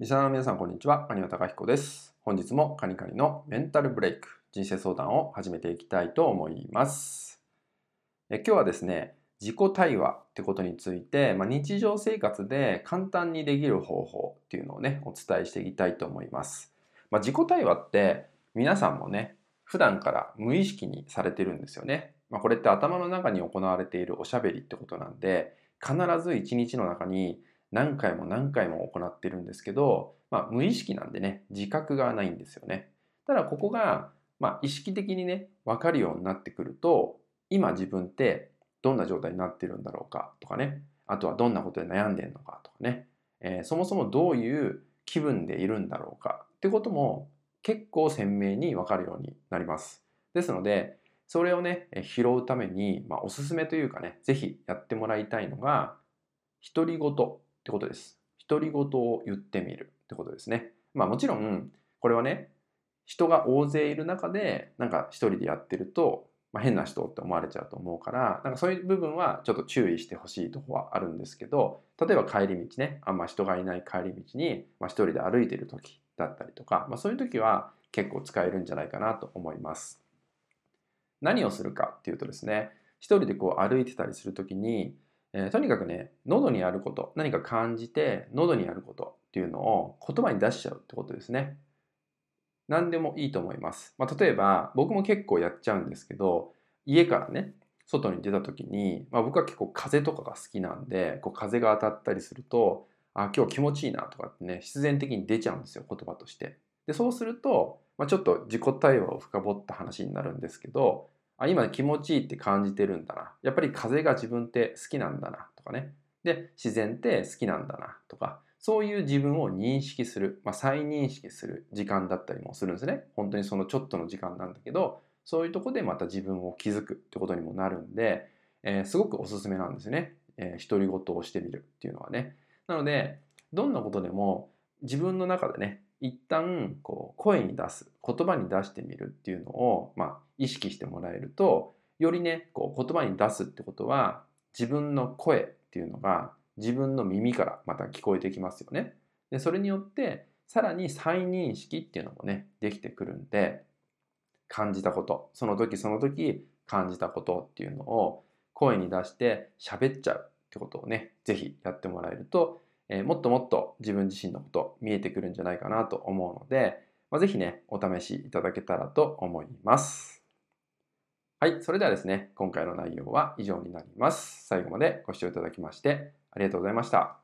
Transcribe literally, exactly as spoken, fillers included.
リスナーの皆さん、こんにちは。カニワタカヒコです。本日もカニカニのメンタルブレイク、人生相談を始めていきたいと思います。え今日はですね、自己対話ってことについて、まあ、日常生活で簡単にできる方法っていうのをね、お伝えしていきたいと思います。まあ、自己対話って皆さんもね、普段から無意識にされてるんですよね。まあ、これって頭の中に行われているおしゃべりってことなんで、必ず一日の中に何回も何回も行ってるんですけど、まあ、無意識なんでね、自覚がないんですよね。ただここが、まあ、意識的にね、分かるようになってくると、今自分ってどんな状態になってるんだろうかとかね、あとはどんなことで悩んでるのかとかね、えーそもそもどういう気分でいるんだろうかってことも結構鮮明に分かるようになります。ですので、それをね、拾うために、まあ、おすすめというかね、ぜひやってもらいたいのが、独り言ってことです。独り言を言ってみるってことですね。まあもちろん、これはね、人が大勢いる中で、なんか一人でやってると、まあ、変な人って思われちゃうと思うから、なんかそういう部分はちょっと注意してほしいところはあるんですけど、例えば帰り道ね、あんま人がいない帰り道に、まあ、一人で歩いてる時だったりとか、まあ、そういう時は結構使えるんじゃないかなと思います。何をするかっていうとですね、一人でこう歩いてたりするときに、えーとにかくね、喉にあること、何か感じて喉にあることっていうのを言葉に出しちゃうってことですね。何でもいいと思います。まあ、例えば、僕も結構やっちゃうんですけど、家からね、外に出た時に、まあ、僕は結構風とかが好きなんで、こう風が当たったりすると、あ、今日気持ちいいなとかってね、必然的に出ちゃうんですよ、言葉として。で、そうすると、まあ、ちょっと自己対話を深掘った話になるんですけど、あ、今気持ちいいって感じてるんだな。やっぱり風が自分って好きなんだなとかね。で、自然って好きなんだなとか、そういう自分を認識する、まあ、再認識する時間だったりもするんですね。本当にそのちょっとの時間なんだけど、そういうとこでまた自分を気づくってことにもなるんで、えーすごくおすすめなんですね。えー独り言をしてみるっていうのはね。なので、どんなことでも自分の中でね、一旦こう声に出す、言葉に出してみるっていうのを、まあ、意識してもらえると、よりね、こう言葉に出すってことは、自分の声っていうのが自分の耳からまた聞こえてきますよね。で、それによってさらに再認識っていうのもね、できてくるんで、感じたこと、その時その時感じたことっていうのを声に出して喋っちゃうってことをね、ぜひやってもらえると、えーもっともっと自分自身のこと見えてくるんじゃないかなと思うので、まあ、ぜひね、お試しいただけたらと思います。はい、それではですね、今回の内容は以上になります。最後までご視聴いただきましてありがとうございました。